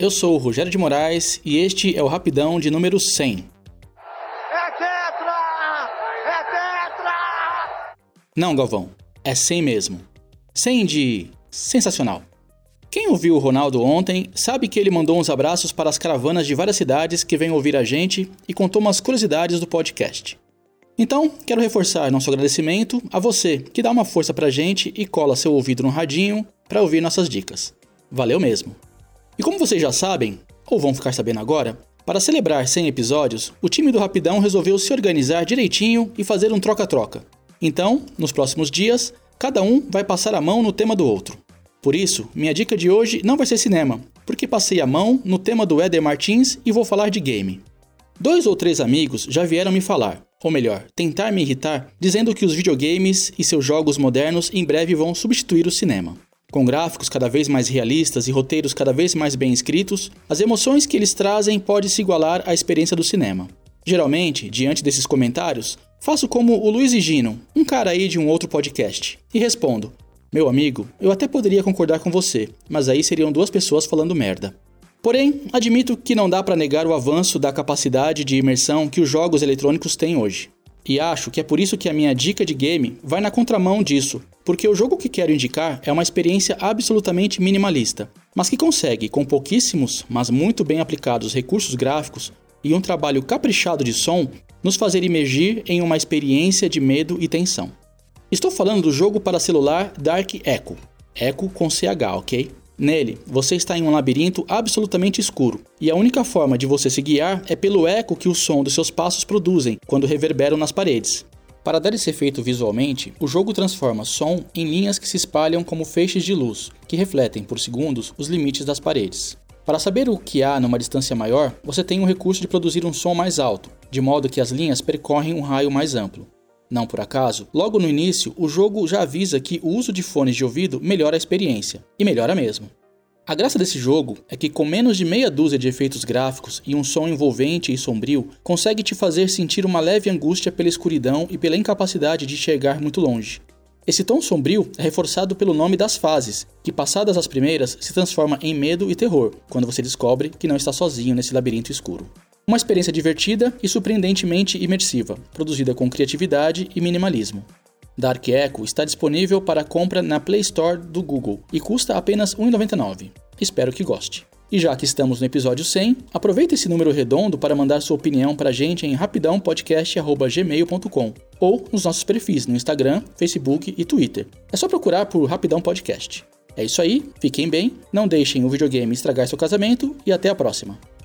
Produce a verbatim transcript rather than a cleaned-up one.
eu sou o Rogério de Moraes e este é o Rapidão de número cem. É tetra! É tetra! Não, Galvão, é cem mesmo. cem de sensacional. Quem ouviu o Ronaldo ontem sabe que ele mandou uns abraços para as caravanas de várias cidades que vêm ouvir a gente e contou umas curiosidades do podcast. Então, quero reforçar nosso agradecimento a você que dá uma força pra gente e cola seu ouvido no radinho para ouvir nossas dicas. Valeu mesmo! E como vocês já sabem, ou vão ficar sabendo agora, para celebrar cem episódios, o time do Rapidão resolveu se organizar direitinho e fazer um troca-troca. Então, nos próximos dias, cada um vai passar a mão no tema do outro. Por isso, minha dica de hoje não vai ser cinema, porque passei a mão no tema do Éder Martins e vou falar de game. Dois ou três amigos já vieram me falar, ou melhor, tentar me irritar, dizendo que os videogames e seus jogos modernos em breve vão substituir o cinema. Com gráficos cada vez mais realistas e roteiros cada vez mais bem escritos, as emoções que eles trazem podem se igualar à experiência do cinema. Geralmente, diante desses comentários, faço como o Luiz e Gino, um cara aí de um outro podcast, e respondo: meu amigo, eu até poderia concordar com você, mas aí seriam duas pessoas falando merda. Porém, admito que não dá pra negar o avanço da capacidade de imersão que os jogos eletrônicos têm hoje. E acho que é por isso que a minha dica de game vai na contramão disso, porque o jogo que quero indicar é uma experiência absolutamente minimalista, mas que consegue, com pouquíssimos, mas muito bem aplicados recursos gráficos e um trabalho caprichado de som, nos fazer imergir em uma experiência de medo e tensão. Estou falando do jogo para celular Dark Echo, Echo com C H, ok? Nele, você está em um labirinto absolutamente escuro, e a única forma de você se guiar é pelo eco que o som dos seus passos produzem quando reverberam nas paredes. Para dar esse efeito visualmente, o jogo transforma som em linhas que se espalham como feixes de luz, que refletem por segundos os limites das paredes. Para saber o que há numa distância maior, você tem o recurso de produzir um som mais alto, de modo que as linhas percorrem um raio mais amplo. Não por acaso, logo no início, o jogo já avisa que o uso de fones de ouvido melhora a experiência, e melhora mesmo. A graça desse jogo é que com menos de meia dúzia de efeitos gráficos e um som envolvente e sombrio, consegue te fazer sentir uma leve angústia pela escuridão e pela incapacidade de enxergar muito longe. Esse tom sombrio é reforçado pelo nome das fases, que passadas as primeiras se transforma em medo e terror, quando você descobre que não está sozinho nesse labirinto escuro. Uma experiência divertida e surpreendentemente imersiva, produzida com criatividade e minimalismo. Dark Echo está disponível para compra na Play Store do Google e custa apenas um real e noventa e nove centavos. Espero que goste. E já que estamos no episódio cem, aproveita esse número redondo para mandar sua opinião para a gente em rapidão podcast arroba gmail ponto com ou nos nossos perfis no Instagram, Facebook e Twitter. É só procurar por Rapidão Podcast. É isso aí, fiquem bem, não deixem o videogame estragar seu casamento e até a próxima.